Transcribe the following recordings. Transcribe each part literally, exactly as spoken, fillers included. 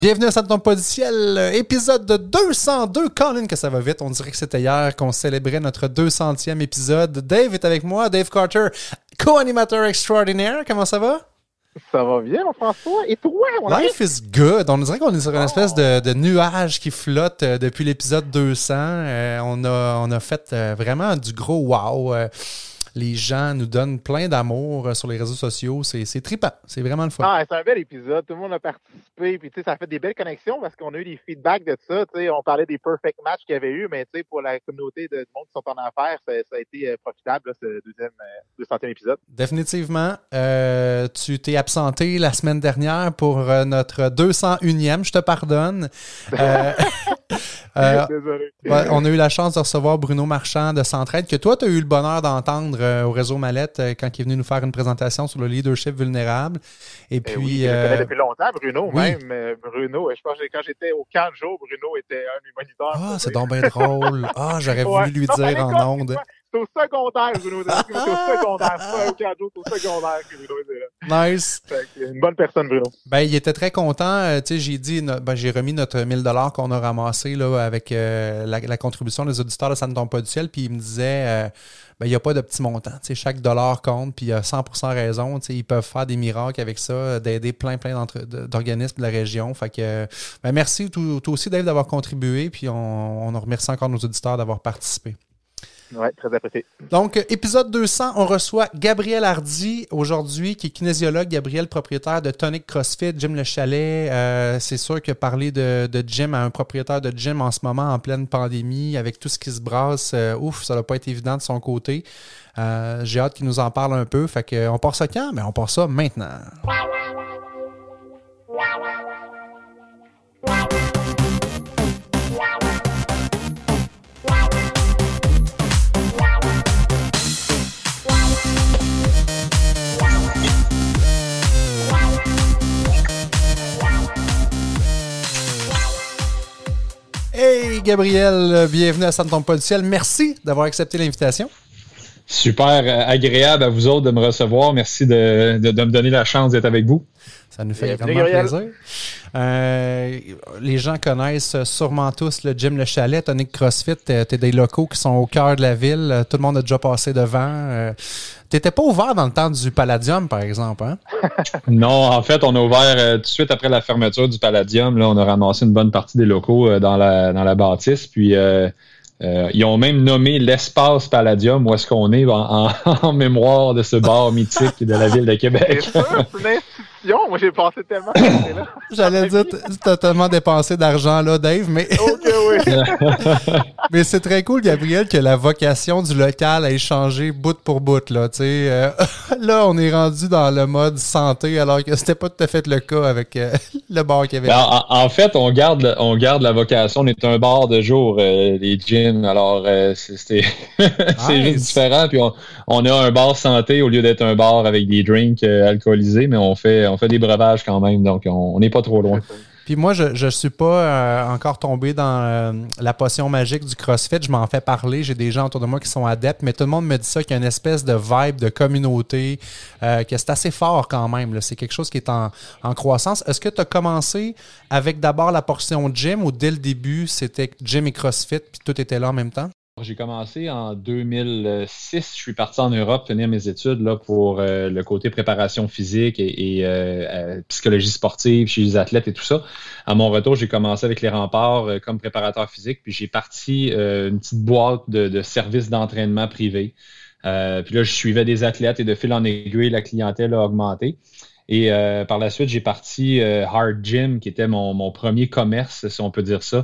Bienvenue à Ça ne tombe pas du ciel, épisode de deux cent deux. Colin, que ça va vite. On dirait que c'était hier qu'on célébrait notre deux centième épisode. Dave est avec moi. Dave Carter, co-animateur extraordinaire. Comment ça va? Ça va bien, François. Et toi, mon ami? Life is good. On dirait qu'on est sur une espèce de, de nuage qui flotte euh, depuis l'épisode deux cents. Euh, on, a, on a fait euh, vraiment du gros wow. Euh, Les gens nous donnent plein d'amour sur les réseaux sociaux. C'est, c'est trippant. C'est vraiment le fun. Ah, c'est un bel épisode. Tout le monde a participé. Puis, tu sais, ça a fait des belles connexions parce qu'on a eu des feedbacks de ça. Tu sais, on parlait des perfect matchs qu'il y avait eu, mais tu sais, pour la communauté de, du monde qui sont en affaires, ça, ça a été euh, profitable, là, ce deuxième, euh, deux centième épisode. Définitivement. Euh, tu t'es absenté la semaine dernière pour euh, notre deux cent unième. Je te pardonne. Euh, euh, Désolé. Ben, on a eu la chance de recevoir Bruno Marchand de Centraide, que toi, tu as eu le bonheur d'entendre euh, au réseau Mallette euh, quand il est venu nous faire une présentation sur le leadership vulnérable. Et puis, Eh oui, je le euh, connais depuis longtemps, Bruno, oui. même. Euh, Bruno, je pense que quand j'étais au camp de jour, Bruno était un de mes moniteurs. ah, c'est donc bien drôle. Ah, j'aurais Ouais. voulu lui Non, dire à en l'école, ondes. C'est au secondaire, Bruno. C'est au secondaire. Pas au camp de jour, c'est au secondaire que Bruno était là. Nice. Fait que, une bonne personne, Bruno. Ben, il était très content. Euh, tu sais, j'ai dit, no- ben, j'ai remis notre mille dollars qu'on a ramassé là, avec euh, la, la contribution des auditeurs de Ça ne tombe pas du ciel. Puis il me disait, euh, ben, il n'y a pas de petit montant. Tu sais, chaque dollar compte. Puis il a cent pour cent raison. Tu sais, ils peuvent faire des miracles avec ça, d'aider plein, plein d'entre- de- d'organismes de la région. Fait que, ben, merci toi, toi aussi, Dave, d'avoir contribué. Puis on, on remercie encore nos auditeurs d'avoir participé. Oui, très apprécié. Donc, épisode deux cents, on reçoit Gabriel Hardy aujourd'hui, qui est kinésiologue. Gabriel, propriétaire de Tonic CrossFit, Gym Le Chalet. Euh, c'est sûr que parler de, de gym à un propriétaire de gym en ce moment, en pleine pandémie, avec tout ce qui se brasse, euh, ouf, ça va pas être évident de son côté. Euh, j'ai hâte qu'il nous en parle un peu. Fait que, on part ça quand? Mais on part ça maintenant. Hey Gabriel, bienvenue à Ça ne tombe pas du ciel. Merci d'avoir accepté l'invitation. Super agréable à vous autres de me recevoir. Merci de, de, de me donner la chance d'être avec vous. Ça nous fait Bienvenue, grandement Gabriel. plaisir. Euh, les gens connaissent sûrement tous le Gym Le Chalet, Tonic CrossFit. Tu es des locaux qui sont au cœur de la ville. Tout le monde a déjà passé devant. Euh, tu n'étais pas ouvert dans le temps du Palladium, par exemple, hein? Non, en fait, on a ouvert euh, tout de suite après la fermeture du Palladium. Là, on a ramassé une bonne partie des locaux euh, dans, la, dans la bâtisse. Puis, euh, euh, ils ont même nommé l'espace Palladium, où est-ce qu'on est, en, en, en mémoire de ce bar mythique de la ville de Québec. C'est sûr, c'est une institution. Moi, j'ai passé tellement de là. J'allais dire, tu as tellement dépensé d'argent là, Dave, mais, Ok, oui. mais c'est très cool, Gabriel, que la vocation du local ait changé bout pour bout. Là, tu sais. Euh, là, on est rendu dans le mode santé, alors que c'était pas tout à fait le cas avec euh, le bar qu'il y avait. Ben, en, en fait, on garde, on garde la vocation. On est un bar de jour, euh, les gyms. Alors, euh, c'est, c'est, c'est Nice. juste différent. Puis, on, on a un bar santé au lieu d'être un bar avec des drinks euh, alcoolisés, mais on fait, on fait des breuvages quand même. Donc, on n'est pas trop loin. Puis moi, je je suis pas euh, encore tombé dans euh, la potion magique du CrossFit. Je m'en fais parler. J'ai des gens autour de moi qui sont adeptes, mais tout le monde me dit ça, qu'il y a une espèce de vibe de communauté, euh, que c'est assez fort quand même. Là. C'est quelque chose qui est en, en croissance. Est-ce que tu as commencé avec d'abord la portion gym ou dès le début, c'était gym et CrossFit, puis tout était là en même temps? J'ai commencé en deux mille six. Je suis parti en Europe finir mes études là, pour euh, le côté préparation physique et, et euh, euh, psychologie sportive chez les athlètes et tout ça. À mon retour, j'ai commencé avec les remparts euh, comme préparateur physique. Puis j'ai parti euh, une petite boîte de, de services d'entraînement privé. Euh, puis là, je suivais des athlètes et de fil en aiguille, la clientèle a augmenté. Et euh, par la suite, j'ai parti euh, Hard Gym, qui était mon, mon premier commerce, si on peut dire ça,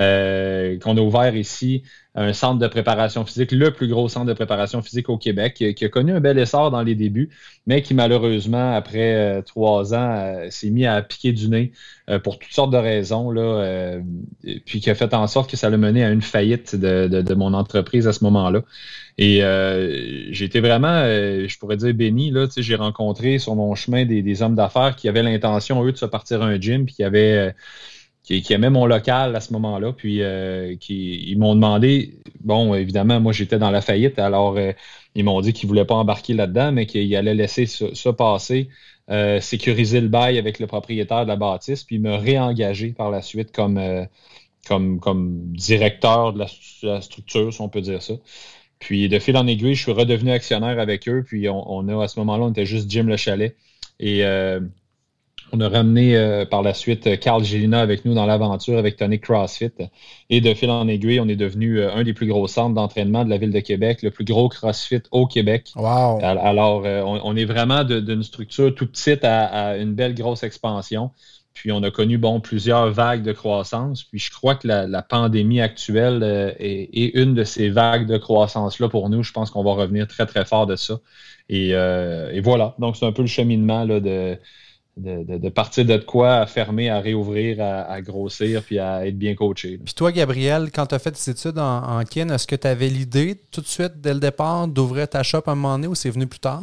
euh, qu'on a ouvert ici, un centre de préparation physique, le plus gros centre de préparation physique au Québec, qui, qui a connu un bel essor dans les débuts, mais qui malheureusement, après euh, trois ans, euh, s'est mis à piquer du nez euh, pour toutes sortes de raisons, là, euh, puis qui a fait en sorte que ça l'a mené à une faillite de, de, de mon entreprise à ce moment-là. Et euh, j'ai été vraiment, euh, je pourrais dire, béni. Là, j'ai rencontré sur mon chemin des, des hommes d'affaires qui avaient l'intention, eux, de se partir un gym, puis qui avaient... Euh, Qui, qui aimaient mon local à ce moment-là, puis euh, qui ils m'ont demandé, bon, évidemment, moi j'étais dans la faillite, alors euh, ils m'ont dit qu'ils ne voulaient pas embarquer là-dedans, mais qu'ils allaient laisser ça, ça passer euh, sécuriser le bail avec le propriétaire de la bâtisse, puis me réengager par la suite comme, euh, comme, comme directeur de la, de la structure, si on peut dire ça. Puis de fil en aiguille, je suis redevenu actionnaire avec eux, puis on, on a, à ce moment-là, on était juste Jim Le Chalet. Et euh, on a ramené euh, par la suite Carl Gélina avec nous dans l'aventure avec Tonic CrossFit. Et de fil en aiguille, on est devenu un des plus gros centres d'entraînement de la ville de Québec, le plus gros CrossFit au Québec. Wow. Alors, euh, on, on est vraiment de, d'une structure toute petite à, à une belle grosse expansion. Puis, on a connu bon, plusieurs vagues de croissance. Puis, je crois que la, la pandémie actuelle euh, est, est une de ces vagues de croissance-là pour nous. Je pense qu'on va revenir très, très fort de ça. Et, euh, et voilà. Donc, c'est un peu le cheminement là, de... De, de, de partir de quoi à fermer, à réouvrir, à, à grossir, puis à être bien coaché. Là. Puis toi, Gabriel, quand tu as fait tes études en, en kin, est-ce que tu avais l'idée tout de suite, dès le départ, d'ouvrir ta shop à un moment donné ou c'est venu plus tard?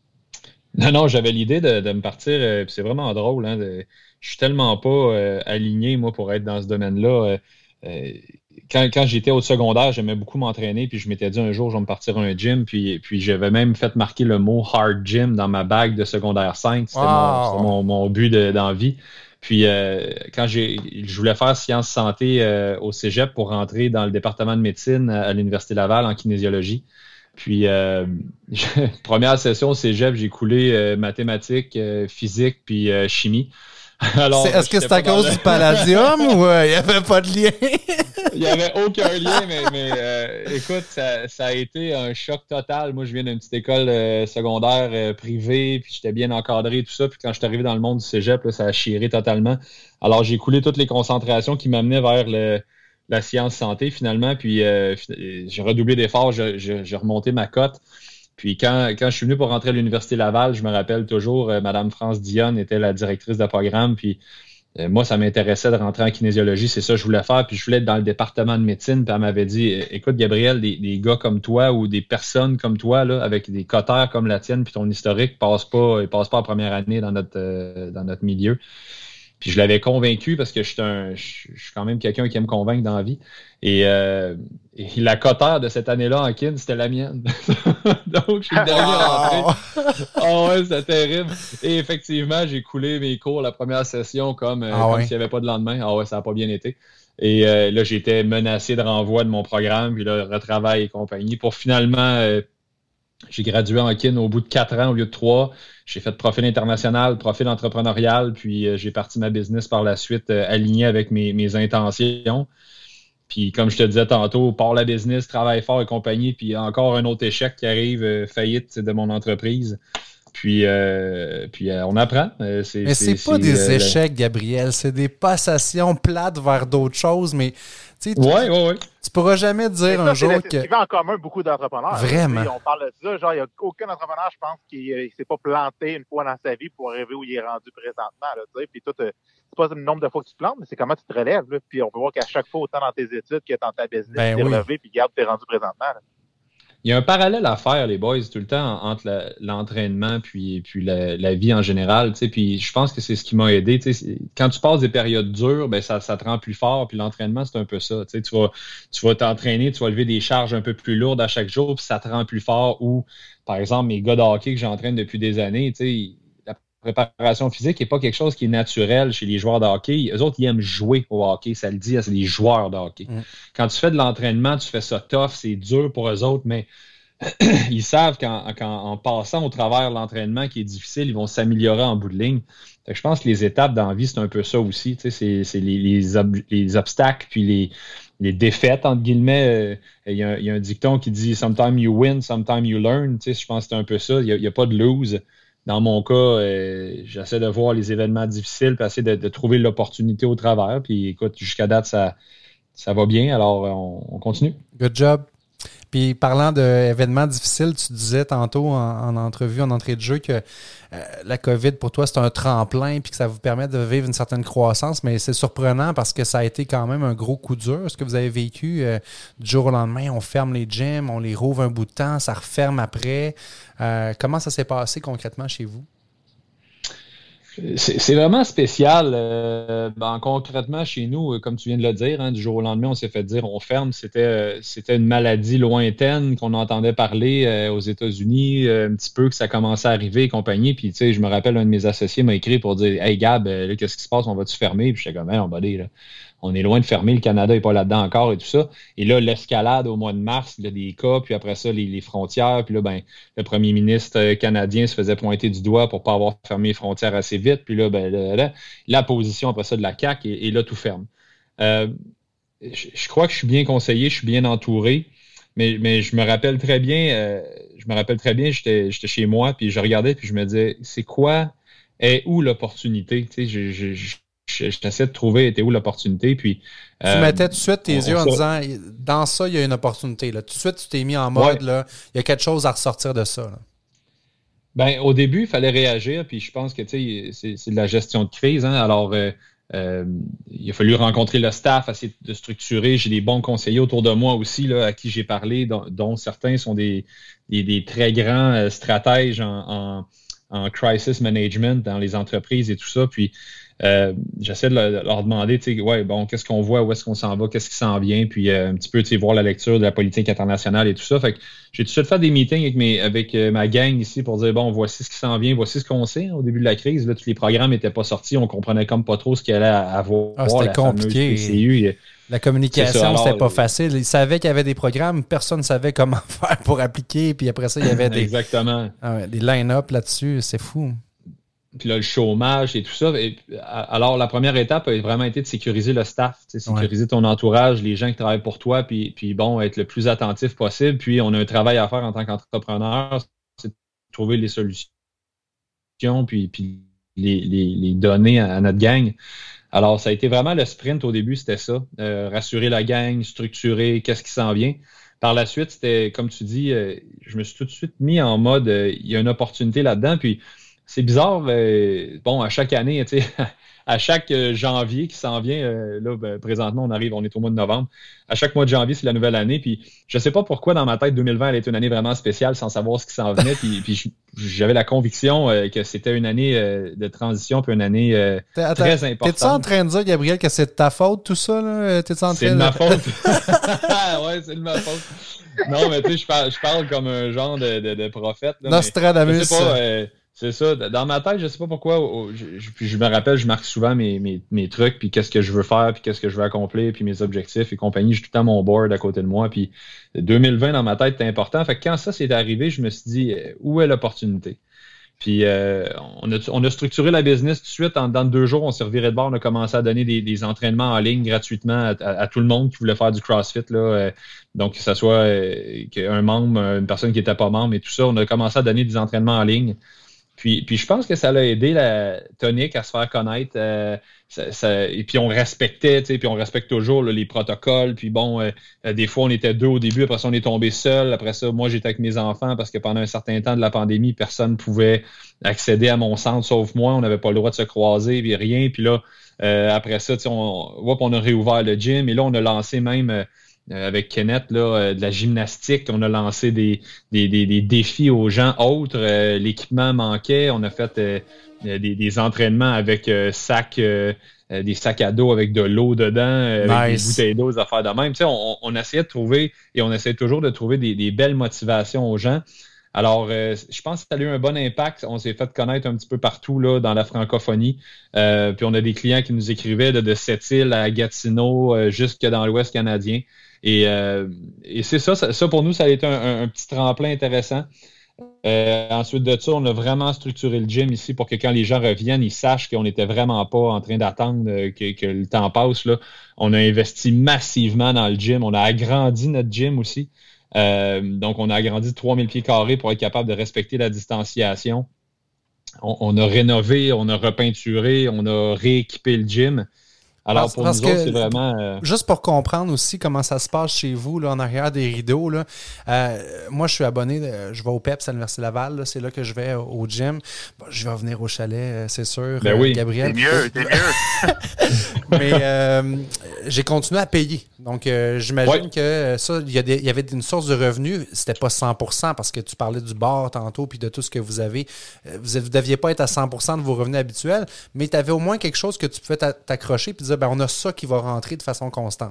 Non, non, j'avais l'idée de, de me partir, euh, puis c'est vraiment drôle. Hein, de, je suis tellement pas euh, aligné, moi, pour être dans ce domaine-là. Euh, euh, Quand, quand j'étais au secondaire, j'aimais beaucoup m'entraîner, puis je m'étais dit un jour, je vais me partir à un gym, puis, puis j'avais même fait marquer le mot « hard gym » dans ma bague de secondaire cinq. C'était, wow. mon, c'était mon, mon but de, d'envie. Puis euh, quand j'ai, je voulais faire sciences santé euh, au cégep pour rentrer dans le département de médecine à, à l'Université Laval en kinésiologie. Puis, euh, première session au cégep, j'ai coulé euh, mathématiques, euh, physique, puis euh, chimie. Alors, c'est, est-ce que c'est à cause dans... du palladium ou il euh, n'y avait pas de lien? Il n'y avait aucun lien, mais, mais euh, écoute, ça, ça a été un choc total. Moi, je viens d'une petite école euh, secondaire euh, privée, puis j'étais bien encadré, tout ça. Puis quand je suis arrivé dans le monde du cégep, là, ça a chiré totalement. Alors, j'ai coulé toutes les concentrations qui m'amenaient vers le, la science santé, finalement. Puis euh, j'ai redoublé d'efforts, j'ai, j'ai, j'ai remonté ma cote. Puis quand, quand je suis venu pour rentrer à l'Université Laval, je me rappelle toujours, euh, Mme France Dionne était la directrice de programme, puis euh, moi, ça m'intéressait de rentrer en kinésiologie, c'est ça que je voulais faire, puis je voulais être dans le département de médecine, puis elle m'avait dit, écoute Gabriel, des, des gars comme toi ou des personnes comme toi, là, avec des cotères comme la tienne, puis ton historique, passent pas, ils passent pas en première année dans notre, euh, dans notre milieu. Puis je l'avais convaincu parce que je suis, un, je suis quand même quelqu'un qui aime convaincre dans la vie. Et, euh, et la cotère de cette année-là en kin, c'était la mienne. Donc, je suis le dernier rentré. Oh ouais, c'était terrible. Et effectivement, j'ai coulé mes cours la première session comme, euh, ah comme ouais. s'il n'y avait pas de lendemain. Ah ouais, ça n'a pas bien été. Et euh, là, j'étais menacé de renvoi de mon programme, puis là, retravail et compagnie, pour finalement... Euh, j'ai gradué en kin au bout de quatre ans au lieu de trois. J'ai fait profil international, profil entrepreneurial, puis euh, j'ai parti ma business par la suite euh, aligné avec mes, mes intentions. Puis comme je te disais tantôt, par la business, travail fort et compagnie, puis encore un autre échec qui arrive, euh, faillite de mon entreprise. Puis, euh, puis euh, on apprend. Euh, c'est, mais c'est, c'est pas c'est, des euh, échecs, Gabriel, c'est des passations plates vers d'autres choses, mais tu sais, ouais, ouais, ouais. tu pourras jamais dire ça, un jour que... C'est ce qui va en commun beaucoup d'entrepreneurs. Vraiment. On parle de ça, genre, il n'y a aucun entrepreneur, je pense, qui ne s'est pas planté une fois dans sa vie pour arriver où il est rendu présentement. Là, puis toi, c'est pas le nombre de fois que tu te plantes, mais c'est comment tu te relèves. Là, puis on peut voir qu'à chaque fois, autant dans tes études que dans ta business, ben tu t'es oui. relevé puis regarde, tu es rendu présentement. Là. Il y a un parallèle à faire, les boys, tout le temps, entre la, l'entraînement puis, puis la, la vie en général. Puis je pense que c'est ce qui m'a aidé. Quand tu passes des périodes dures, ben ça, ça te rend plus fort. Puis l'entraînement, c'est un peu ça. Tu vas, tu vas t'entraîner, tu vas lever des charges un peu plus lourdes à chaque jour, puis ça te rend plus fort. Ou, par exemple, mes gars de hockey que j'entraîne depuis des années, la préparation physique n'est pas quelque chose qui est naturel chez les joueurs de hockey. Eux autres, ils aiment jouer au hockey. Ça le dit, c'est des joueurs de hockey. Mm. Quand tu fais de l'entraînement, tu fais ça tough, c'est dur pour eux autres, mais ils savent qu'en, qu'en passant au travers de l'entraînement qui est difficile, ils vont s'améliorer en bout de ligne. Fait que je pense que les étapes dans la vie, c'est un peu ça aussi. Tu sais, c'est, c'est les, les, ob- les obstacles puis les, les défaites, entre guillemets. Il y, a, il y a un dicton qui dit « Sometimes you win, sometimes you learn ». Tu sais, je pense que c'est un peu ça. Il n'y a, il y a pas de lose. Dans mon cas, euh, j'essaie de voir les événements difficiles puis essayer de, de trouver l'opportunité au travers. Puis écoute, jusqu'à date, ça, ça va bien. Alors, on, on continue. Good job. Puis parlant d'événements difficiles, tu disais tantôt en, en entrevue, en entrée de jeu, que euh, la COVID, pour toi, c'est un tremplin puis que ça vous permet de vivre une certaine croissance, mais c'est surprenant parce que ça a été quand même un gros coup dur. Ce que vous avez vécu euh, du jour au lendemain, on ferme les gyms, on les rouvre un bout de temps, ça referme après. Euh, comment ça s'est passé concrètement chez vous? C'est, c'est vraiment spécial. Euh, ben, concrètement, chez nous, comme tu viens de le dire, hein, du jour au lendemain, on s'est fait dire on ferme. C'était, c'était une maladie lointaine qu'on entendait parler euh, aux États-Unis, euh, un petit peu que ça commençait à arriver et compagnie. Puis, tu sais, je me rappelle, un de mes associés m'a écrit pour dire Hey Gab, là, qu'est-ce qui se passe? On va-tu fermer? Puis j'étais comme, on va dire, là. On est loin de fermer, le Canada n'est pas là-dedans encore et tout ça. Et là, l'escalade au mois de mars, il y a des cas, puis après ça, les, les frontières. Puis là, ben, le premier ministre canadien se faisait pointer du doigt pour ne pas avoir fermé les frontières assez vite. Puis là, ben, là, là, la position après ça de la C A Q, et, et là, tout ferme. Euh, je, je crois que je suis bien conseillé, je suis bien entouré, mais, mais je me rappelle très bien, euh, je me rappelle très bien, j'étais, j'étais chez moi, puis je regardais, puis je me disais, c'est quoi, est où l'opportunité? Tu sais, je, je, je J'essaie de trouver était où l'opportunité. Puis, tu euh, mettais tout de suite tes yeux en disant dans ça, il y a une opportunité. Là. Tout de suite, tu t'es mis en mode, ouais. là, il y a quelque chose à ressortir de ça. Là. Ben, au début, il fallait réagir. Puis je pense que c'est, c'est de la gestion de crise. Hein. Alors, euh, euh, il a fallu rencontrer le staff, essayer de structurer. J'ai des bons conseillers autour de moi aussi là, à qui j'ai parlé, dont, dont certains sont des, des, des très grands stratèges en, en, en crisis management dans les entreprises et tout ça. Puis, Euh, j'essaie de leur demander, tu sais, ouais, bon, qu'est-ce qu'on voit, où est-ce qu'on s'en va, qu'est-ce qui s'en vient, puis euh, un petit peu, tu sais, voir la lecture de la politique internationale et tout ça. Fait que j'ai tout de suite fait des meetings avec mes, avec euh, ma gang ici pour dire, bon, voici ce qui s'en vient, voici ce qu'on sait. Hein, au début de la crise, là, tous les programmes n'étaient pas sortis, on comprenait comme pas trop ce qu'il allait avoir. Ah, c'était compliqué. P C U. La communication, c'était pas facile. Ils savaient qu'il y avait des programmes, personne ne savait comment faire pour appliquer, puis après ça, il y avait des, Exactement. Ah ouais, des line-up là-dessus, c'est fou. Puis là, le chômage et tout ça. Et, alors, la première étape a vraiment été de sécuriser le staff, sécuriser ouais. ton entourage, les gens qui travaillent pour toi, puis, puis bon, être le plus attentif possible. Puis, on a un travail à faire en tant qu'entrepreneur, c'est de trouver les solutions, puis, puis les, les, les donner à, à notre gang. Alors, ça a été vraiment le sprint au début, c'était ça. Euh, rassurer la gang, structurer, qu'est-ce qui s'en vient. Par la suite, c'était, comme tu dis, euh, je me suis tout de suite mis en mode, euh, il y a une opportunité là-dedans, puis c'est bizarre, euh, bon, à chaque année, tu sais, à chaque euh, janvier qui s'en vient, euh, là, ben, présentement, on arrive, on est au mois de novembre. À chaque mois de janvier, c'est la nouvelle année. Puis, je sais pas pourquoi, dans ma tête, deux mille vingt, elle était une année vraiment spéciale sans savoir ce qui s'en venait. Puis, puis j'avais la conviction euh, que c'était une année euh, de transition, puis une année euh, Attends, très importante. T'es-tu en train de dire, Gabriel, que c'est de ta faute, tout ça, là? T'es-tu en train c'est de ma faute. Ouais, c'est de ma faute. Non, mais tu sais, je parle, je parle comme un genre de, de, de prophète. Là, Nostradamus. Je sais pas, euh, c'est ça. Dans ma tête, je sais pas pourquoi. Je, je, je me rappelle, je marque souvent mes, mes, mes trucs, puis qu'est-ce que je veux faire, puis qu'est-ce que je veux accomplir, puis mes objectifs et compagnie. J'ai tout le temps mon board à côté de moi. Puis deux mille vingt, dans ma tête, c'était important. Fait que quand ça s'est arrivé, je me suis dit, où est l'opportunité? Puis euh, on, a, on a structuré la business tout de suite. En, dans deux jours, on s'est reviré de bord. On a commencé à donner des, des entraînements en ligne gratuitement à, à, à tout le monde qui voulait faire du CrossFit. Là. Euh, donc, que ce soit euh, un membre, une personne qui n'était pas membre et tout ça. On a commencé à donner des entraînements en ligne. Puis, puis je pense que ça l'a aidé la Tonic à se faire connaître. Euh, ça, ça, et puis on respectait, tu sais, puis on respecte toujours là, les protocoles. Puis bon, euh, des fois on était deux au début, après ça on est tombé seul. Après ça, moi j'étais avec mes enfants parce que pendant un certain temps de la pandémie, personne ne pouvait accéder à mon centre sauf moi. On n'avait pas le droit de se croiser, puis rien. Puis là, euh, après ça, tu sais, on, hop, on a réouvert le gym et là on a lancé même. Euh, avec Kenneth, là, euh, de la gymnastique, on a lancé des, des, des, des défis aux gens autres. Euh, l'équipement manquait. On a fait euh, des, des entraînements avec euh, sacs, euh, des sacs à dos avec de l'eau dedans, euh, nice. Avec des bouteilles d'eau, des affaires de même. Tu sais, on, on essayait de trouver et on essaie toujours de trouver des, des belles motivations aux gens. Alors, euh, je pense que ça a eu un bon impact. On s'est fait connaître un petit peu partout là, dans la francophonie. Euh, puis on a des clients qui nous écrivaient de, de Sept-Îles à Gatineau, euh, jusque dans l'Ouest canadien. Et, euh, et c'est ça, ça, ça, pour nous, ça a été un, un, un petit tremplin intéressant. Euh, ensuite de ça, on a vraiment structuré le gym ici pour que quand les gens reviennent, ils sachent qu'on n'était vraiment pas en train d'attendre que, que le temps passe. Là. On a investi massivement dans le gym. On a agrandi notre gym aussi. Euh, donc, on a agrandi de trois mille pieds carrés pour être capable de respecter la distanciation. On, on a rénové, on a repeinturé, on a rééquipé le gym. Alors, parce, pour parce nous autres, c'est vraiment... Euh... Juste pour comprendre aussi comment ça se passe chez vous, là, en arrière des rideaux, là, euh, moi, je suis abonné, je vais au P E P S à l'Université Laval, là, c'est là que je vais au gym. Bon, je vais revenir au chalet, c'est sûr, ben oui. Gabriel. C'est mieux, c'est mieux. Mais euh, j'ai continué à payer. Donc, euh, j'imagine Ouais. que ça, il y, a des- il y avait une source de revenus. C'était pas cent pour cent parce que tu parlais du bar tantôt puis de tout ce que vous avez. Euh, Vous ne deviez pas être à cent pour cent de vos revenus habituels, mais tu avais au moins quelque chose que tu pouvais t'a- t'accrocher puis dire, ben, on a ça qui va rentrer de façon constante.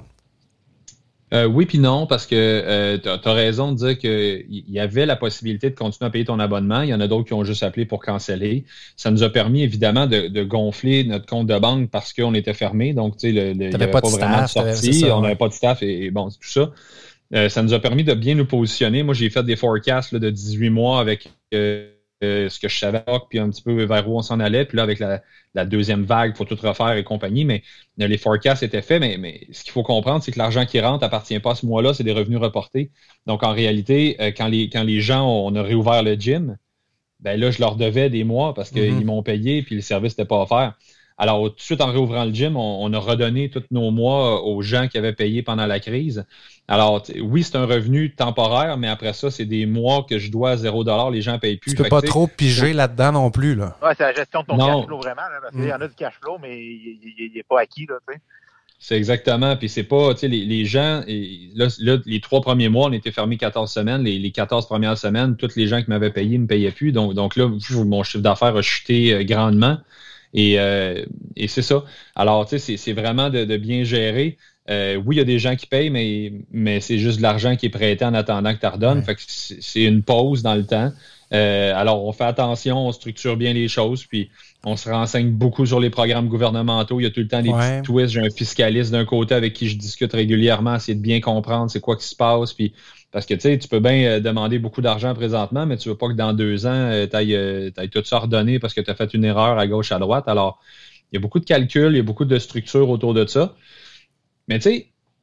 Euh, oui puis non, parce que euh, tu as raison de dire qu'il y avait la possibilité de continuer à payer ton abonnement. Il y en a d'autres qui ont juste appelé pour canceller. Ça nous a permis évidemment de, de gonfler notre compte de banque parce qu'on était fermé. Donc, tu sais, le, le, il n'y avait pas pas, de vraiment de staff, t'avais- sortie. c'est ça, on ouais. n'avait pas de staff et, et bon, c'est tout ça. Euh, ça nous a permis de bien nous positionner. Moi, j'ai fait des forecasts là, de dix-huit mois avec euh, euh, ce que je savais, puis un petit peu vers où on s'en allait. Puis là, avec la, la deuxième vague, il faut tout refaire et compagnie. Mais euh, les forecasts étaient faits. Mais, mais ce qu'il faut comprendre, c'est que l'argent qui rentre appartient pas à ce mois-là, c'est des revenus reportés. Donc, en réalité, euh, quand, les, quand les gens, on a réouvert le gym, ben là, je leur devais des mois parce qu'ils Mhm. m'ont payé puis le service n'était pas offert. Alors, tout de suite, en réouvrant le gym, on, on a redonné tous nos mois aux gens qui avaient payé pendant la crise. Alors, t- oui, c'est un revenu temporaire, mais après ça, c'est des mois que je dois à zéro dollar, les gens ne payent plus. Tu peux Fait pas que, tu sais, trop piger là-dedans non plus, là. Ouais, c'est la gestion de ton Non. cash flow vraiment, là, parce Mm. qu'il y en a du cash flow, mais il n'est pas acquis, là, tu sais. c'est exactement. Puis c'est pas, tu sais, les, les gens, et là, là, les trois premiers mois, on était fermé quatorze semaines. Les, les quatorze premières semaines, tous les gens qui m'avaient payé ne me payaient plus. Donc, donc là, mon chiffre d'affaires a chuté euh, grandement. Et, euh, et c'est ça. Alors, tu sais, c'est, c'est vraiment de, de bien gérer. Euh, oui, il y a des gens qui payent, mais, mais c'est juste de l'argent qui est prêté en attendant que tu redonnes. Ouais. Fait que c'est, c'est une pause dans le temps. Euh, alors, on fait attention, on structure bien les choses, puis on se renseigne beaucoup sur les programmes gouvernementaux. Il y a tout le temps des Ouais. petits twists. J'ai un fiscaliste d'un côté avec qui je discute régulièrement, essayer de bien comprendre c'est quoi qui se passe. Puis, parce que tu sais, tu peux bien euh, demander beaucoup d'argent présentement, mais tu veux pas que dans deux ans, euh, tu ailles euh, tout ça redonné parce que tu as fait une erreur à gauche, à droite. Alors, il y a beaucoup de calculs, il y a beaucoup de structures autour de ça. Mais tu sais,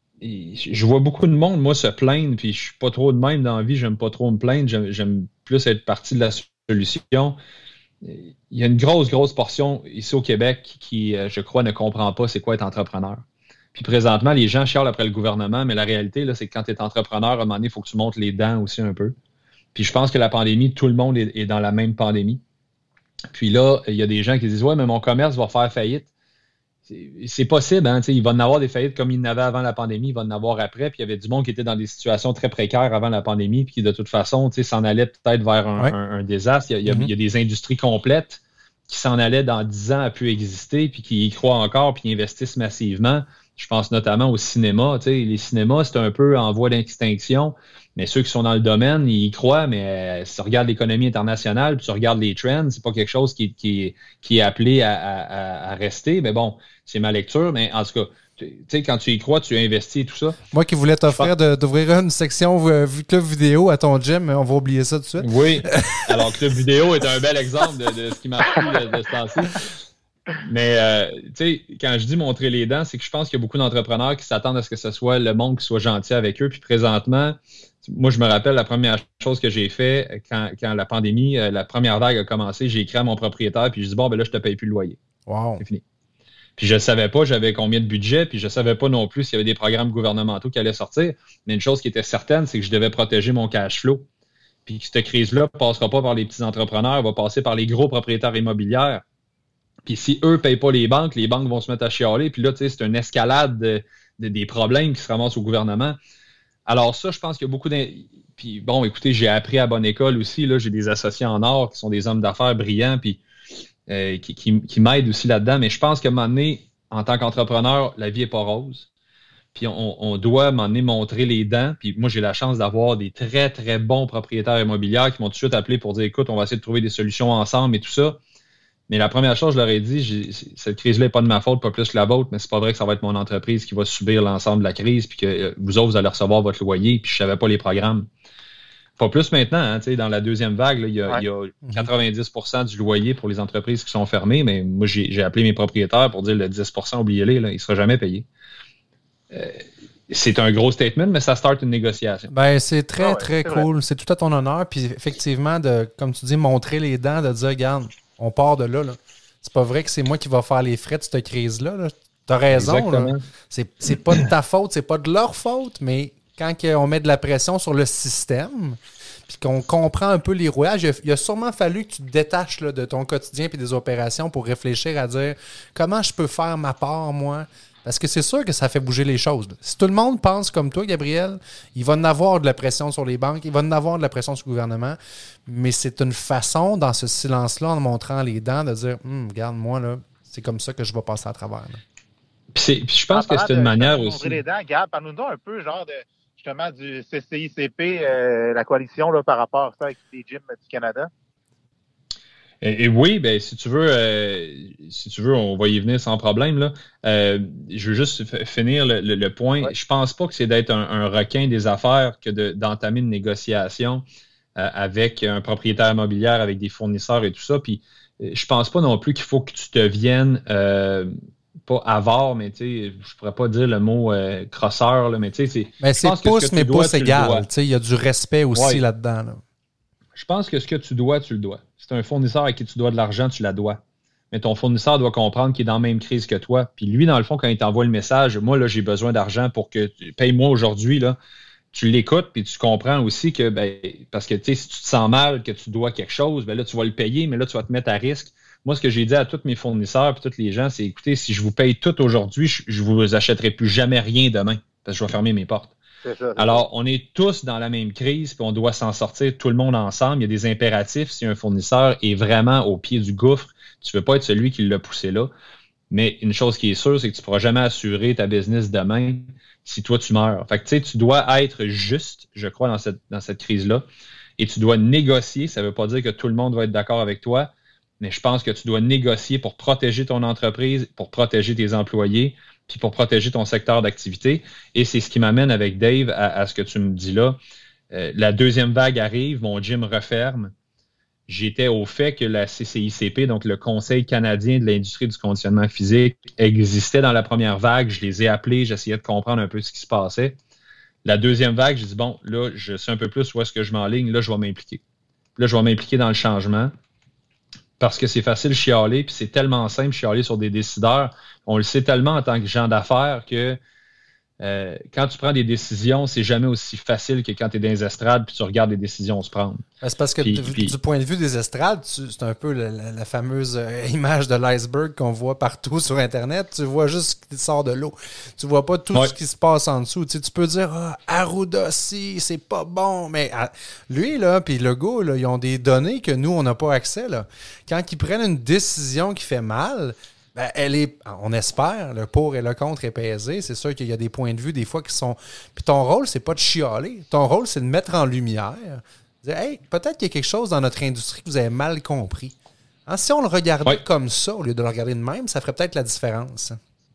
je vois beaucoup de monde, moi, se plaindre, puis je suis pas trop de même dans la vie, j'aime pas trop me plaindre, j'aime, j'aime plus être partie de la solution. Il y a une grosse, grosse portion ici au Québec qui, je crois, ne comprend pas c'est quoi être entrepreneur. Puis présentement, les gens chialent après le gouvernement, mais la réalité, là, c'est que quand tu es entrepreneur, à un moment donné, il faut que tu montes les dents aussi un peu. Puis je pense que la pandémie, tout le monde est, est dans la même pandémie. Puis là, il y a des gens qui disent « Ouais, mais mon commerce va faire faillite. » C'est, c'est possible, hein, il va en avoir des faillites comme il en avait avant la pandémie, il va en avoir après. Puis il y avait du monde qui était dans des situations très précaires avant la pandémie, puis qui de toute façon s'en allait peut-être vers un, Ouais. un, un désastre. Il y, a, il, y a, Mm-hmm. il y a des industries complètes qui s'en allaient dans dix ans à plus exister, puis qui y croient encore, puis qui investissent massivement. Je pense notamment au cinéma. Les cinémas, c'est un peu en voie d'extinction, mais ceux qui sont dans le domaine, ils y croient, mais euh, si tu regardes l'économie internationale, puis tu regardes les trends, c'est pas quelque chose qui, qui, qui est appelé à, à, à rester. Mais bon, c'est ma lecture, mais en tout cas, tu sais, quand tu y crois, tu investis et tout ça. Moi qui voulais t'offrir de, d'ouvrir une section euh, club vidéo à ton gym, mais on va oublier ça tout de suite. Oui, alors club vidéo est un bel exemple de, de ce qui marche plus de, de ce temps-ci. Mais, euh, tu sais, quand je dis montrer les dents, c'est que je pense qu'il y a beaucoup d'entrepreneurs qui s'attendent à ce que ce soit le monde qui soit gentil avec eux. Puis présentement, moi, je me rappelle la première chose que j'ai fait quand, quand la pandémie, la première vague a commencé, j'ai écrit à mon propriétaire, puis je dis bon, ben là, je te paye plus le loyer. Wow. C'est fini. Puis je ne savais pas j'avais combien de budget, puis je ne savais pas non plus s'il y avait des programmes gouvernementaux qui allaient sortir. Mais une chose qui était certaine, c'est que je devais protéger mon cash flow. Puis que cette crise-là ne passera pas par les petits entrepreneurs, elle va passer par les gros propriétaires immobiliers. Puis si eux ne payent pas les banques, les banques vont se mettre à chialer. Puis là, tu sais, c'est une escalade de, de, des problèmes qui se ramassent au gouvernement. Alors ça, je pense qu'il y a beaucoup d'in... Puis bon, écoutez, j'ai appris à bonne école aussi. Là, j'ai des associés en or qui sont des hommes d'affaires brillants, puis euh, qui, qui, qui m'aident aussi là-dedans. Mais je pense qu'à un moment donné, en tant qu'entrepreneur, la vie n'est pas rose. Puis on, on doit à un moment donné montrer les dents. Puis moi, j'ai la chance d'avoir des très, très bons propriétaires immobiliers qui m'ont tout de suite appelé pour dire, écoute, on va essayer de trouver des solutions ensemble et tout ça. Mais la première chose, je leur ai dit, j'ai, cette crise-là n'est pas de ma faute, pas plus que la vôtre, mais c'est pas vrai que ça va être mon entreprise qui va subir l'ensemble de la crise, puis que euh, vous autres, vous allez recevoir votre loyer, puis je savais pas les programmes. Pas plus maintenant, hein, tu sais, dans la deuxième vague, là, il y a, Ouais. il y a quatre-vingt-dix pour cent du loyer pour les entreprises qui sont fermées, mais moi, j'ai, j'ai appelé mes propriétaires pour dire le dix pour cent, oubliez-les, là, il ne sera jamais payé. Euh, c'est un gros statement, mais ça start une négociation. Ben, c'est très, Ah ouais, très c'est cool. C'est tout à ton honneur. Puis effectivement, de, comme tu dis, montrer les dents, de dire, regarde, on part de là. là. C'est pas vrai que c'est moi qui va faire les frais de cette crise-là. Là. T'as raison. Là. C'est, c'est pas de ta faute, c'est pas de leur faute, mais quand on met de la pression sur le système, puis qu'on comprend un peu les rouages, il a, il a sûrement fallu que tu te détaches là, de ton quotidien et des opérations pour réfléchir à dire comment je peux faire ma part, moi, Parce que c'est sûr que ça fait bouger les choses. Là. Si tout le monde pense comme toi, Gabriel, il va en avoir de la pression sur les banques, il va en avoir de la pression sur le gouvernement, mais c'est une façon, dans ce silence-là, en montrant les dents, de dire hm, « Regarde, moi, là, c'est comme ça que je vais passer à travers. » Puis, c'est, puis je pense en que c'est une de, manière de aussi... les dents, Gab, parle-nous donc un peu, genre, de, justement, du C C I C P, euh, la coalition là, par rapport à ça avec les gyms du Canada. Et, et oui, ben si tu veux, euh, si tu veux, on va y venir sans problème. Là. Euh, je veux juste f- finir le, le, le point. Ouais. Je pense pas que c'est d'être un, un requin des affaires que de, d'entamer une négociation euh, avec un propriétaire immobilier, avec des fournisseurs et tout ça. Puis euh, je pense pas non plus qu'il faut que tu deviennes euh, pas avare, mais tu sais, je pourrais pas dire le mot euh, crosseur, là, mais tu sais, c'est. Mais c'est pouce, mais pouce égal. Tu sais, il y a du respect aussi ouais. là-dedans. Là. Je pense que ce que tu dois, tu le dois. Si tu as un fournisseur à qui tu dois de l'argent, tu la dois. Mais ton fournisseur doit comprendre qu'il est dans la même crise que toi. Puis lui, dans le fond, quand il t'envoie le message, moi, là, j'ai besoin d'argent pour que tu paye-moi aujourd'hui, là, tu l'écoutes, puis tu comprends aussi que, ben, parce que, tu sais, si tu te sens mal, que tu dois quelque chose, ben là, tu vas le payer, mais là, tu vas te mettre à risque. Moi, ce que j'ai dit à tous mes fournisseurs puis tous les gens, c'est, écoutez, si je vous paye tout aujourd'hui, je, je vous achèterai plus jamais rien demain, parce que je vais fermer mes portes. C'est ça, c'est Alors, ça. on est tous dans la même crise, puis on doit s'en sortir tout le monde ensemble. Il y a des impératifs. Si un fournisseur est vraiment au pied du gouffre, tu ne veux pas être celui qui l'a poussé là. Mais une chose qui est sûre, c'est que tu ne pourras jamais assurer ta business demain si toi, tu meurs. Fait que, tu sais, tu dois être juste, je crois, dans cette, dans cette crise-là. Et tu dois négocier. Ça ne veut pas dire que tout le monde va être d'accord avec toi, mais je pense que tu dois négocier pour protéger ton entreprise, pour protéger tes employés, puis pour protéger ton secteur d'activité. Et c'est ce qui m'amène avec Dave à, à ce que tu me dis là. Euh, la deuxième vague arrive, mon gym referme. J'étais au fait que la C C I C P, donc le Conseil canadien de l'industrie du conditionnement physique, existait dans la première vague. Je les ai appelés, j'essayais de comprendre un peu ce qui se passait. La deuxième vague, j'ai dit, bon, là, je sais un peu plus où est-ce que je m'enligne. Là, je vais m'impliquer. Là, je vais m'impliquer dans le changement. Parce que c'est facile de chialer, puis c'est tellement simple de chialer sur des décideurs. On le sait tellement en tant que gens d'affaires que euh, quand tu prends des décisions, c'est jamais aussi facile que quand tu es dans les estrades puis tu regardes les décisions se prendre. C'est parce que puis, du, puis, du point de vue des estrades, tu, c'est un peu la, la, la fameuse image de l'iceberg qu'on voit partout sur Internet. Tu vois juste ce qui sort de l'eau. Tu vois pas tout ouais. ce qui se passe en dessous. Tu sais, tu peux dire ah, Arruda, si, c'est pas bon. Mais ah, lui, là, puis le gars, là, ils ont des données que nous, on n'a pas accès. Là. Quand ils prennent une décision qui fait mal, ben, elle est, on espère, le pour et le contre est pesé. C'est sûr qu'il y a des points de vue des fois qui sont... Puis ton rôle, c'est pas de chialer. Ton rôle, c'est de mettre en lumière. Dire, hey, peut-être qu'il y a quelque chose dans notre industrie que vous avez mal compris. Hein, si on le regardait oui. comme ça, au lieu de le regarder de même, ça ferait peut-être la différence.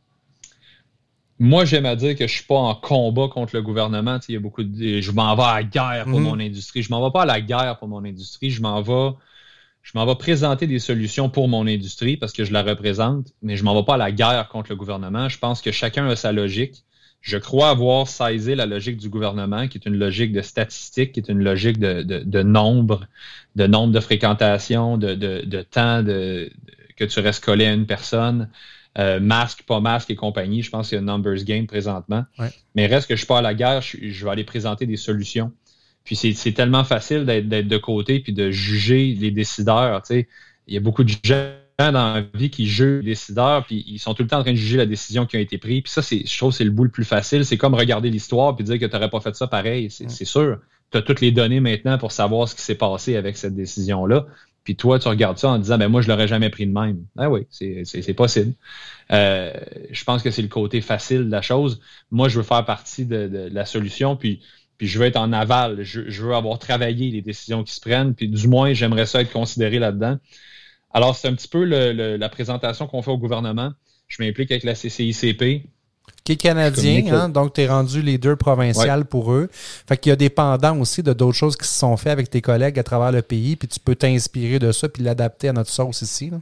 Moi, j'aime à dire que je suis pas en combat contre le gouvernement. Tu sais, il y a beaucoup de... Je m'en vais à la guerre pour mmh. mon industrie. Je m'en vais pas à la guerre pour mon industrie. Je m'en vais... Je m'en vais présenter des solutions pour mon industrie parce que je la représente, mais je m'en vais pas à la guerre contre le gouvernement. Je pense que chacun a sa logique. Je crois avoir saisi la logique du gouvernement, qui est une logique de statistique, qui est une logique de, de, de nombre, de nombre de fréquentation, de, de, de temps de, de, que tu restes collé à une personne, euh, masque, pas masque et compagnie. Je pense qu'il y a un numbers game présentement. Ouais. Mais reste que je suis pas à la guerre, je, je vais aller présenter des solutions. Puis c'est, c'est tellement facile d'être, d'être de côté puis de juger les décideurs. Tu sais. Il y a beaucoup de gens dans la vie qui jugent les décideurs puis ils sont tout le temps en train de juger la décision qui a été prise. Puis ça, c'est, je trouve que c'est le bout le plus facile. C'est comme regarder l'histoire puis dire que tu n'aurais pas fait ça pareil. C'est, c'est sûr. Tu as toutes les données maintenant pour savoir ce qui s'est passé avec cette décision-là. Puis toi, tu regardes ça en disant, ben moi, je l'aurais jamais pris de même. Ah oui, c'est, c'est, c'est possible. Euh, je pense que c'est le côté facile de la chose. Moi, je veux faire partie de, de, de la solution puis Puis je veux être en aval, je, je veux avoir travaillé les décisions qui se prennent, puis du moins, j'aimerais ça être considéré là-dedans. Alors, c'est un petit peu le, le, la présentation qu'on fait au gouvernement. Je m'implique avec la C C I C P. Qui est canadien, hein? Donc tu es rendu leader provincial ouais. pour eux. Fait qu'il y a des pendants aussi de d'autres choses qui se sont faites avec tes collègues à travers le pays, puis tu peux t'inspirer de ça puis l'adapter à notre sauce ici, là.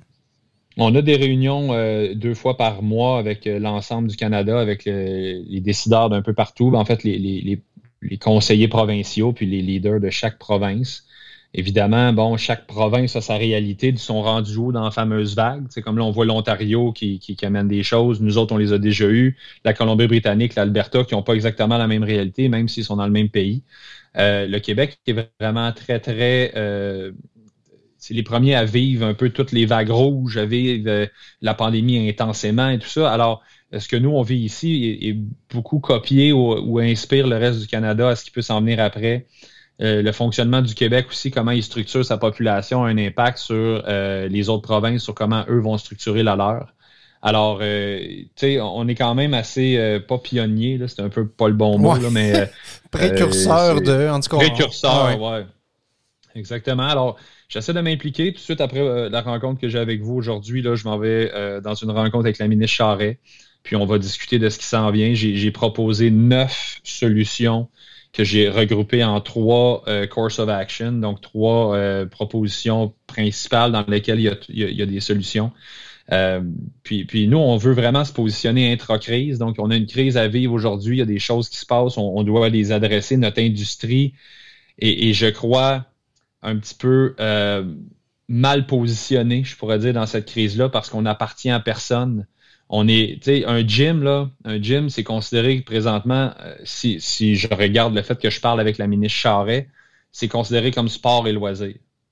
On a des réunions euh, deux fois par mois avec euh, l'ensemble du Canada, avec euh, les décideurs d'un peu partout. En fait, les, les, les les conseillers provinciaux puis les leaders de chaque province. Évidemment, bon, chaque province a sa réalité, ils sont rendus où dans la fameuse vague. C'est comme là, on voit l'Ontario qui, qui, qui amène des choses. Nous autres, on les a déjà eus. La Colombie-Britannique, l'Alberta, qui n'ont pas exactement la même réalité, même s'ils sont dans le même pays. Euh, le Québec est vraiment très, très... Euh, c'est les premiers à vivre un peu toutes les vagues rouges, à vivre euh, la pandémie intensément et tout ça. Alors, ce que nous, on vit ici est, est beaucoup copié ou, ou inspire le reste du Canada à ce qui peut s'en venir après. Euh, le fonctionnement du Québec aussi, comment il structure sa population, a un impact sur euh, les autres provinces, sur comment eux vont structurer la leur. Alors, euh, tu sais, on est quand même assez, euh, pas pionnier, là, c'est un peu pas le bon mot, ouais. là, mais... Euh, précurseur de, en tout cas. Précurseur, ah, ouais. ouais. Exactement. Alors, j'essaie de m'impliquer. Tout de suite après euh, la rencontre que j'ai avec vous aujourd'hui, là, je m'en vais euh, dans une rencontre avec la ministre Charest, puis on va discuter de ce qui s'en vient. J'ai, j'ai proposé neuf solutions que j'ai regroupées en trois euh, course of action, donc trois euh, propositions principales dans lesquelles il y a, il y a, il y a des solutions. Euh, puis, puis nous, on veut vraiment se positionner intra-crise. Donc, on a une crise à vivre aujourd'hui. Il y a des choses qui se passent. On, on doit les adresser, notre industrie. Et, et je crois un petit peu euh, mal positionné, je pourrais dire, dans cette crise-là, parce qu'on n'appartient à personne. On est, tu sais, un gym, là, un gym, c'est considéré présentement, euh, si, si je regarde le fait que je parle avec la ministre Charest, c'est considéré comme sport et loisir.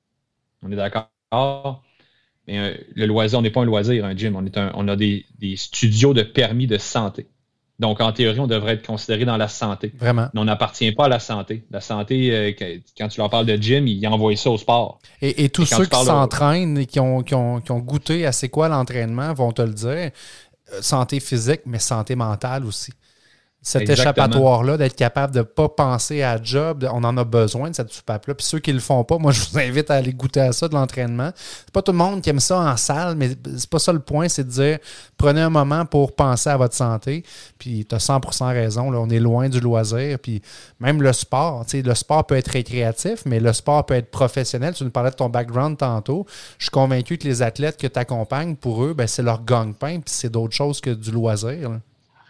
On est d'accord? Mais euh, le loisir, on n'est pas un loisir, un gym. On, est un, on a des, des studios de permis de santé. Donc, en théorie, on devrait être considéré dans la santé. Vraiment. Mais on n'appartient pas à la santé. La santé, euh, quand tu leur parles de gym, ils envoient ça au sport. Et, et tous et ceux qui s'entraînent de... et qui ont, qui, ont, qui ont goûté à c'est quoi l'entraînement vont te le dire. Santé physique, mais santé mentale aussi. Cet Exactement. échappatoire-là, d'être capable de ne pas penser à job, on en a besoin de cette soupape-là. Puis ceux qui ne le font pas, moi, je vous invite à aller goûter à ça, de l'entraînement. C'est pas tout le monde qui aime ça en salle, mais c'est pas ça le point, c'est de dire, prenez un moment pour penser à votre santé. Puis tu as cent pour cent raison, là, on est loin du loisir. Puis même le sport, tu sais, le sport peut être récréatif, mais le sport peut être professionnel. Tu nous parlais de ton background tantôt. Je suis convaincu que les athlètes que tu accompagnes, pour eux, ben, c'est leur gagne-pain, puis c'est d'autres choses que du loisir, là.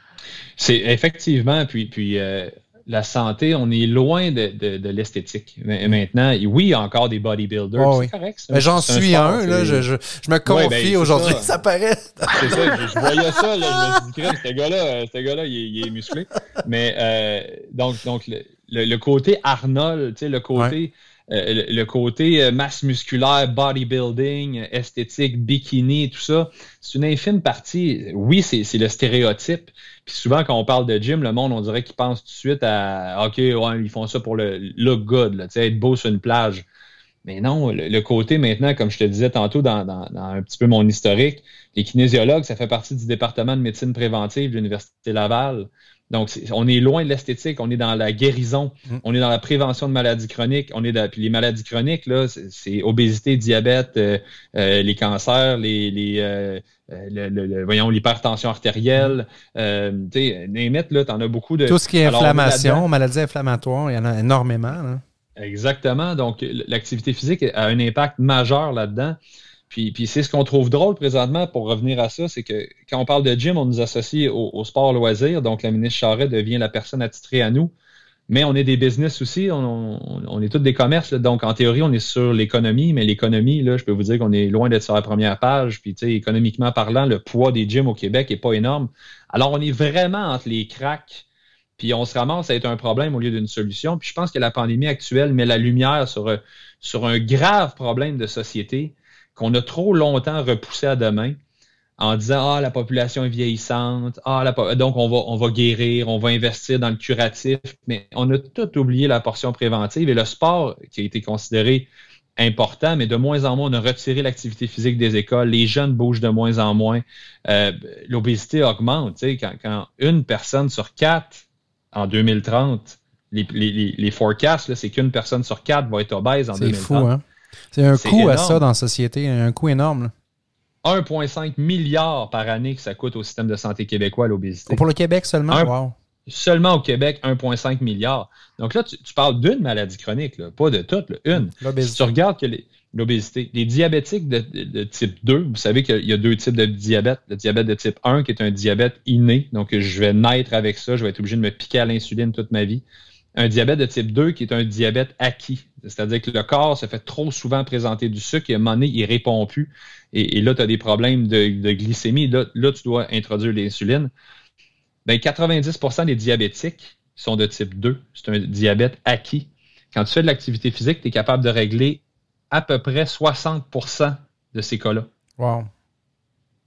C'est effectivement, puis, puis euh, la santé, on est loin de, de, de l'esthétique. Mais maintenant, oui, il y a encore des bodybuilders, oh, c'est oui. correct. C'est mais un, j'en c'est suis un, un, sport, là, je, je, je me confie ouais, ben, aujourd'hui, ça. ça paraît. C'est ça, je, je voyais ça, là, je me suis dit, ce gars-là, ce gars-là, il est, il est musclé. Mais euh, donc, donc le, le, le côté Arnold, tu sais, le côté... Ouais. Euh, le, le côté masse musculaire, bodybuilding, esthétique, bikini, tout ça, c'est une infime partie. Oui, c'est, c'est le stéréotype. Puis souvent, quand on parle de gym, le monde, on dirait qu'il pense tout de suite à « OK, ouais, ils font ça pour le look good, là, être beau sur une plage. » Mais non, le, le côté maintenant, comme je te disais tantôt dans, dans, dans un petit peu mon historique, les kinésiologues, ça fait partie du département de médecine préventive de l'Université Laval. Donc, c'est, on est loin de l'esthétique, on est dans la guérison, mmh. on est dans la prévention de maladies chroniques, on est dans, puis les maladies chroniques, là, c'est, c'est obésité, diabète, euh, euh, les cancers, les, les euh, le, le, le, voyons, l'hypertension artérielle, euh, tu sais, limite, là, t'en as beaucoup de... Tout ce qui est inflammation, maladies inflammatoires, il y en a énormément, là. Exactement. Donc, l'activité physique a un impact majeur là-dedans. Puis, puis c'est ce qu'on trouve drôle présentement, pour revenir à ça, c'est que quand on parle de gym, on nous associe au, au sport loisir. Donc, la ministre Charest devient la personne attitrée à nous. Mais on est des business aussi, on, on, on est tous des commerces. Là. Donc, en théorie, on est sur l'économie, mais l'économie, là, je peux vous dire qu'on est loin d'être sur la première page. Puis, tu sais, économiquement parlant, le poids des gyms au Québec est pas énorme. Alors, on est vraiment entre les cracks. Puis on se ramasse à être un problème au lieu d'une solution. Puis je pense que la pandémie actuelle met la lumière sur, sur un grave problème de société qu'on a trop longtemps repoussé à demain en disant « Ah, la population est vieillissante, ah, la, donc on va, on va guérir, on va investir dans le curatif. » Mais on a tout oublié la portion préventive et le sport qui a été considéré important, mais de moins en moins, on a retiré l'activité physique des écoles. Les jeunes bougent de moins en moins. Euh, l'obésité augmente. Tu sais, quand, quand une personne sur quatre en deux mille trente, les, les, les forecasts, là, c'est qu'une personne sur quatre va être obèse en c'est deux mille trente. C'est fou, hein? C'est un c'est coût énorme. À ça dans la société, un coût énorme. Là. un virgule cinq milliard par année que ça coûte au système de santé québécois, l'obésité. Pour le Québec seulement? Un, wow. Seulement au Québec, un virgule cinq milliard. Donc là, tu, tu parles d'une maladie chronique, là, pas de toutes, là, une. L'obésité. Si tu regardes que les, l'obésité, les diabétiques de, de, de type deux, vous savez qu'il y a deux types de diabète. Le diabète de type un, qui est un diabète inné, donc je vais naître avec ça, je vais être obligé de me piquer à l'insuline toute ma vie. Un diabète de type deux, qui est un diabète acquis. C'est-à-dire que le corps se fait trop souvent présenter du sucre et à un moment donné, il ne répond plus. Et, et là, tu as des problèmes de, de glycémie. Là, là, tu dois introduire l'insuline. Ben, quatre-vingt-dix pour cent des diabétiques sont de type deux. C'est un diabète acquis. Quand tu fais de l'activité physique, tu es capable de régler à peu près soixante pour cent de ces cas-là. Wow.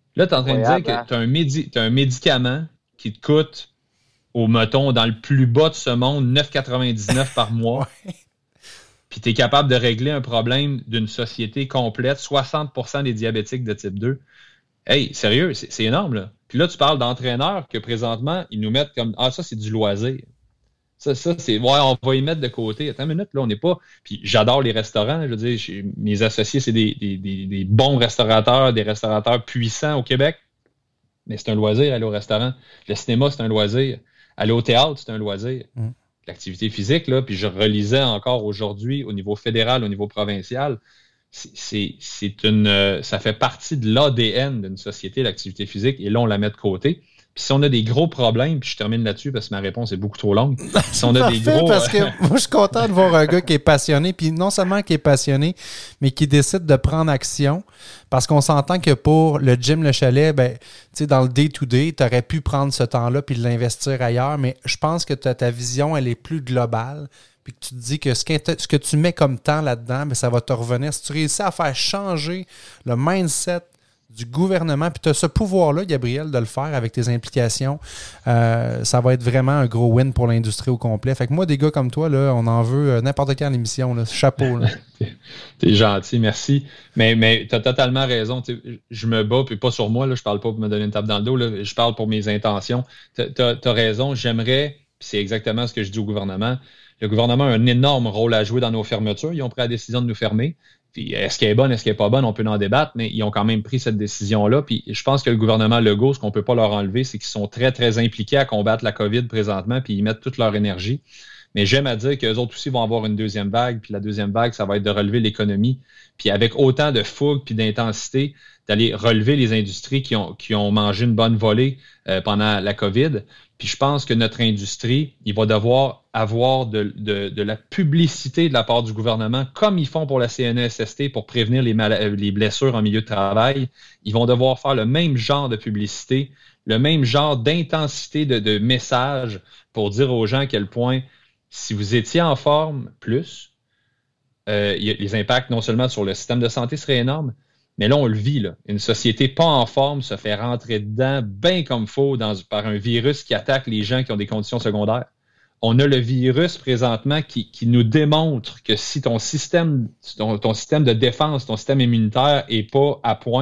Là, tu es en train Incroyable, de dire que tu as un, médi- un médicament qui te coûte, au mettons, dans le plus bas de ce monde, neuf virgule quatre-vingt-dix-neuf par mois. Ouais. Puis tu es capable de régler un problème d'une société complète, soixante pour cent des diabétiques de type deux. Hey, sérieux, c'est, c'est énorme, là. Puis là, tu parles d'entraîneurs que présentement, ils nous mettent comme « Ah, ça, c'est du loisir. » Ça, ça, c'est « Ouais, on va y mettre de côté. » Attends une minute, là, on n'est pas... Puis j'adore les restaurants. Je veux dire, chez mes associés, c'est des, des, des, des bons restaurateurs, des restaurateurs puissants au Québec. Mais c'est un loisir, aller au restaurant. Le cinéma, c'est un loisir. Aller au théâtre, c'est un loisir. Mm. L'activité physique, là, puis je relisais encore aujourd'hui au niveau fédéral, au niveau provincial, c'est, c'est, c'est une, ça fait partie de l'A D N d'une société, l'activité physique, et là, on la met de côté. Puis si on a des gros problèmes, puis je termine là-dessus parce que ma réponse est beaucoup trop longue. Si on a Parfait, des gros... parce que moi, je suis content de voir un gars qui est passionné, puis non seulement qui est passionné, mais qui décide de prendre action, parce qu'on s'entend que pour le gym Le Chalet, ben, tu sais, dans le day-to-day, tu aurais pu prendre ce temps-là puis l'investir ailleurs, mais je pense que ta, ta vision, elle est plus globale. Puis que tu te dis que ce que, ce que tu mets comme temps là-dedans, bien, ça va te revenir. Si tu réussis à faire changer le mindset du gouvernement, puis tu as ce pouvoir-là, Gabriel, de le faire avec tes implications, euh, ça va être vraiment un gros win pour l'industrie au complet. Fait que moi, des gars comme toi, là, on en veut euh, n'importe quelle émission. Là. Chapeau. Là. t'es, t'es gentil, merci. Mais, mais tu as totalement raison. Je me bats, puis pas sur moi, là, je parle pas pour me donner une tape dans le dos, là, je parle pour mes intentions. Tu as raison, j'aimerais, puis c'est exactement ce que je dis au gouvernement, le gouvernement a un énorme rôle à jouer dans nos fermetures. Ils ont pris la décision de nous fermer. Puis est-ce qu'elle est bonne, est-ce qu'elle n'est pas bonne, on peut en débattre, mais ils ont quand même pris cette décision-là. Puis je pense que le gouvernement Legault, ce qu'on ne peut pas leur enlever, c'est qu'ils sont très, très impliqués à combattre la COVID présentement, puis ils mettent toute leur énergie. Mais j'aime à dire qu'eux autres aussi vont avoir une deuxième vague, puis la deuxième vague, ça va être de relever l'économie. Puis avec autant de fougue puis d'intensité, d'aller relever les industries qui ont, qui ont mangé une bonne volée euh, pendant la COVID. Puis je pense que notre industrie, il va devoir avoir de, de, de la publicité de la part du gouvernement, comme ils font pour la C N E S S T pour prévenir les, mal- les blessures en milieu de travail. Ils vont devoir faire le même genre de publicité, le même genre d'intensité de, de message pour dire aux gens à quel point, si vous étiez en forme plus, euh, y a, les impacts non seulement sur le système de santé seraient énormes, mais là, on le vit, là. Une société pas en forme se fait rentrer dedans bien comme faut dans, par un virus qui attaque les gens qui ont des conditions secondaires. On a le virus présentement qui, qui nous démontre que si ton système, ton, ton système de défense, ton système immunitaire est pas à point,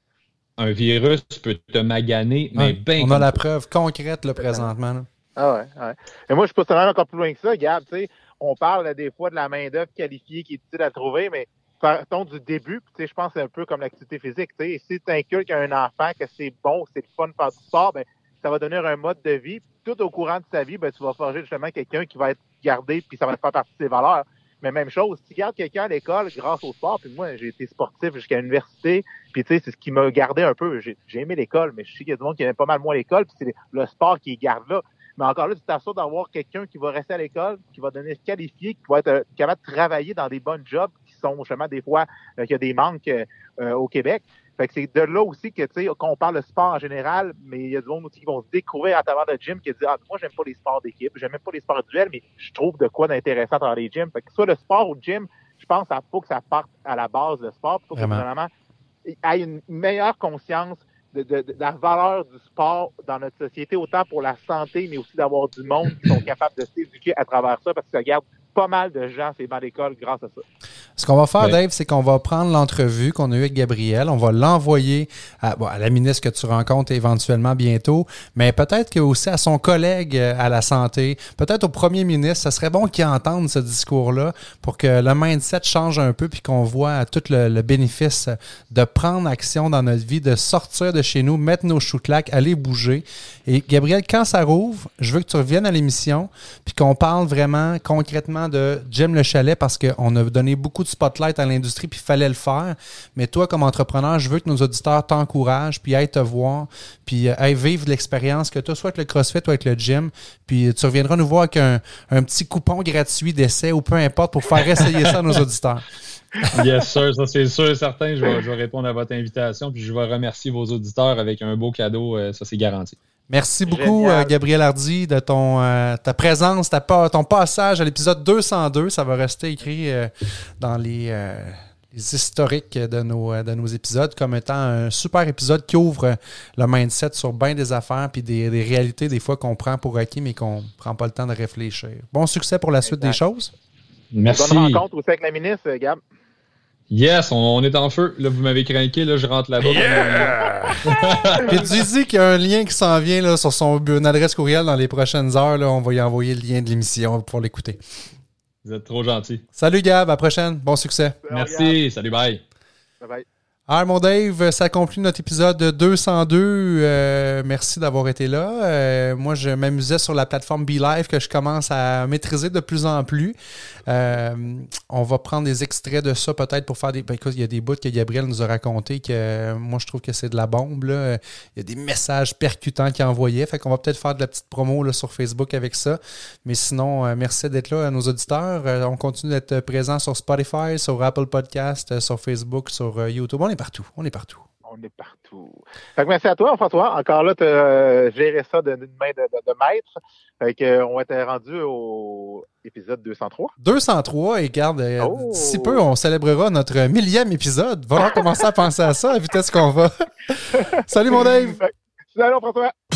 un virus peut te maganer, mais ouais, bien On a la faut. preuve concrète là, présentement. Là. Ah ouais, ouais. Et moi, je peux même encore plus loin que ça, Gab. Tu sais, on parle là, des fois de la main-d'œuvre qualifiée qui est difficile à trouver, mais partons du début, tu sais, je pense que c'est un peu comme l'activité physique, tu sais, si tu inculques à un enfant que c'est bon, c'est le fun de faire du sport, ben ça va donner un mode de vie, puis tout au courant de sa vie, ben tu vas forger justement quelqu'un qui va être gardé, puis ça va faire partie de ses valeurs. Mais même chose, si tu gardes quelqu'un à l'école grâce au sport, puis moi, j'ai été sportif jusqu'à l'université, puis tu sais, c'est ce qui m'a gardé un peu. J'ai, j'ai aimé l'école, mais je sais qu'il y a du monde qui aime pas mal moins l'école, puis c'est le sport qui garde là. Mais encore là, tu t'assures d'avoir quelqu'un qui va rester à l'école, qui va donner qualifié, qui va être euh, capable de travailler dans des bonnes jobs qui sont justement des fois euh, qu'il y a des manques euh, au Québec. Fait que c'est de là aussi que, tu sais, qu'on parle de sport en général, mais il y a du monde aussi qui vont se découvrir à travers le gym qui dit, ah, moi, j'aime pas les sports d'équipe, j'aime même pas les sports duels, mais je trouve de quoi d'intéressant dans les gyms. Fait que soit le sport ou le gym, je pense qu'il faut que ça parte à la base, le sport, pour que vraiment il y ait une meilleure conscience De, de, de la valeur du sport dans notre société, autant pour la santé, mais aussi d'avoir du monde qui sont capables de s'éduquer à travers ça, parce que ça regarde pas mal de gens ces bancs d'école grâce à ça. Ce qu'on va faire, ouais. Dave, c'est qu'on va prendre l'entrevue qu'on a eue avec Gabriel, on va l'envoyer à, bon, à la ministre que tu rencontres éventuellement bientôt, mais peut-être que aussi à son collègue à la santé, peut-être au premier ministre, ça serait bon qu'il entende ce discours-là pour que le mindset change un peu puis qu'on voit tout le, le bénéfice de prendre action dans notre vie, de sortir de chez nous, mettre nos choux-claques, aller bouger. Et Gabriel, quand ça rouvre, je veux que tu reviennes à l'émission puis qu'on parle vraiment concrètement de Gym Le Chalet parce qu'on a donné beaucoup de spotlight à l'industrie puis il fallait le faire. Mais toi, comme entrepreneur, je veux que nos auditeurs t'encouragent puis aillent te voir puis aillent vivre l'expérience que tu as soit avec le CrossFit ou avec le gym. Puis tu reviendras nous voir avec un, un petit coupon gratuit d'essai ou peu importe pour faire essayer ça à nos auditeurs. Yes, sir, ça c'est sûr et certain. Je vais, je vais répondre à votre invitation puis je vais remercier vos auditeurs avec un beau cadeau. Ça, c'est garanti. Merci beaucoup, euh, Gabriel Hardy, de ton euh, ta présence, ta, ton passage à l'épisode deux cent deux. Ça va rester écrit euh, dans les, euh, les historiques de nos, de nos épisodes comme étant un super épisode qui ouvre le mindset sur bien des affaires puis des, des réalités des fois qu'on prend pour acquis mais qu'on ne prend pas le temps de réfléchir. Bon succès pour la suite exact. Des choses. Merci. Bonne rencontre aussi avec la ministre, Gab. Yes, on, on est en feu. Là, vous m'avez craqué, là, je rentre là-bas. Yeah! Puis tu dis qu'il y a un lien qui s'en vient là, sur son une adresse courriel dans les prochaines heures. Là, on va y envoyer le lien de l'émission pour l'écouter. Vous êtes trop gentil. Salut Gab, à la prochaine. Bon succès. Merci, Gab. Salut, bye. Bye bye. Alors, mon Dave, ça conclut notre épisode deux cent deux. Euh, merci d'avoir été là. Euh, moi, je m'amusais sur la plateforme BeLive que je commence à maîtriser de plus en plus. Euh, on va prendre des extraits de ça peut-être pour faire des... Ben, écoute, il y a des bouts que Gabriel nous a raconté que euh, moi, je trouve que c'est de la bombe. Là. Il y a des messages percutants qu'il envoyait. Fait qu'on va peut-être faire de la petite promo là, sur Facebook avec ça. Mais sinon, euh, merci d'être là à nos auditeurs. Euh, on continue d'être présent sur Spotify, sur Apple Podcast, euh, sur Facebook, sur euh, YouTube. On est partout. On est partout. On est partout. Fait que merci à toi, François. Encore là, tu as euh, géré ça d'une main de, de, de maître. Fait que, euh, on était rendu au épisode deux cent trois. deux cent trois, et regarde, euh, oh. d'ici peu, on célébrera notre millième épisode. Va falloir commencer à penser à ça, à la vitesse qu'on va. Salut, mon Dave! Salut, François!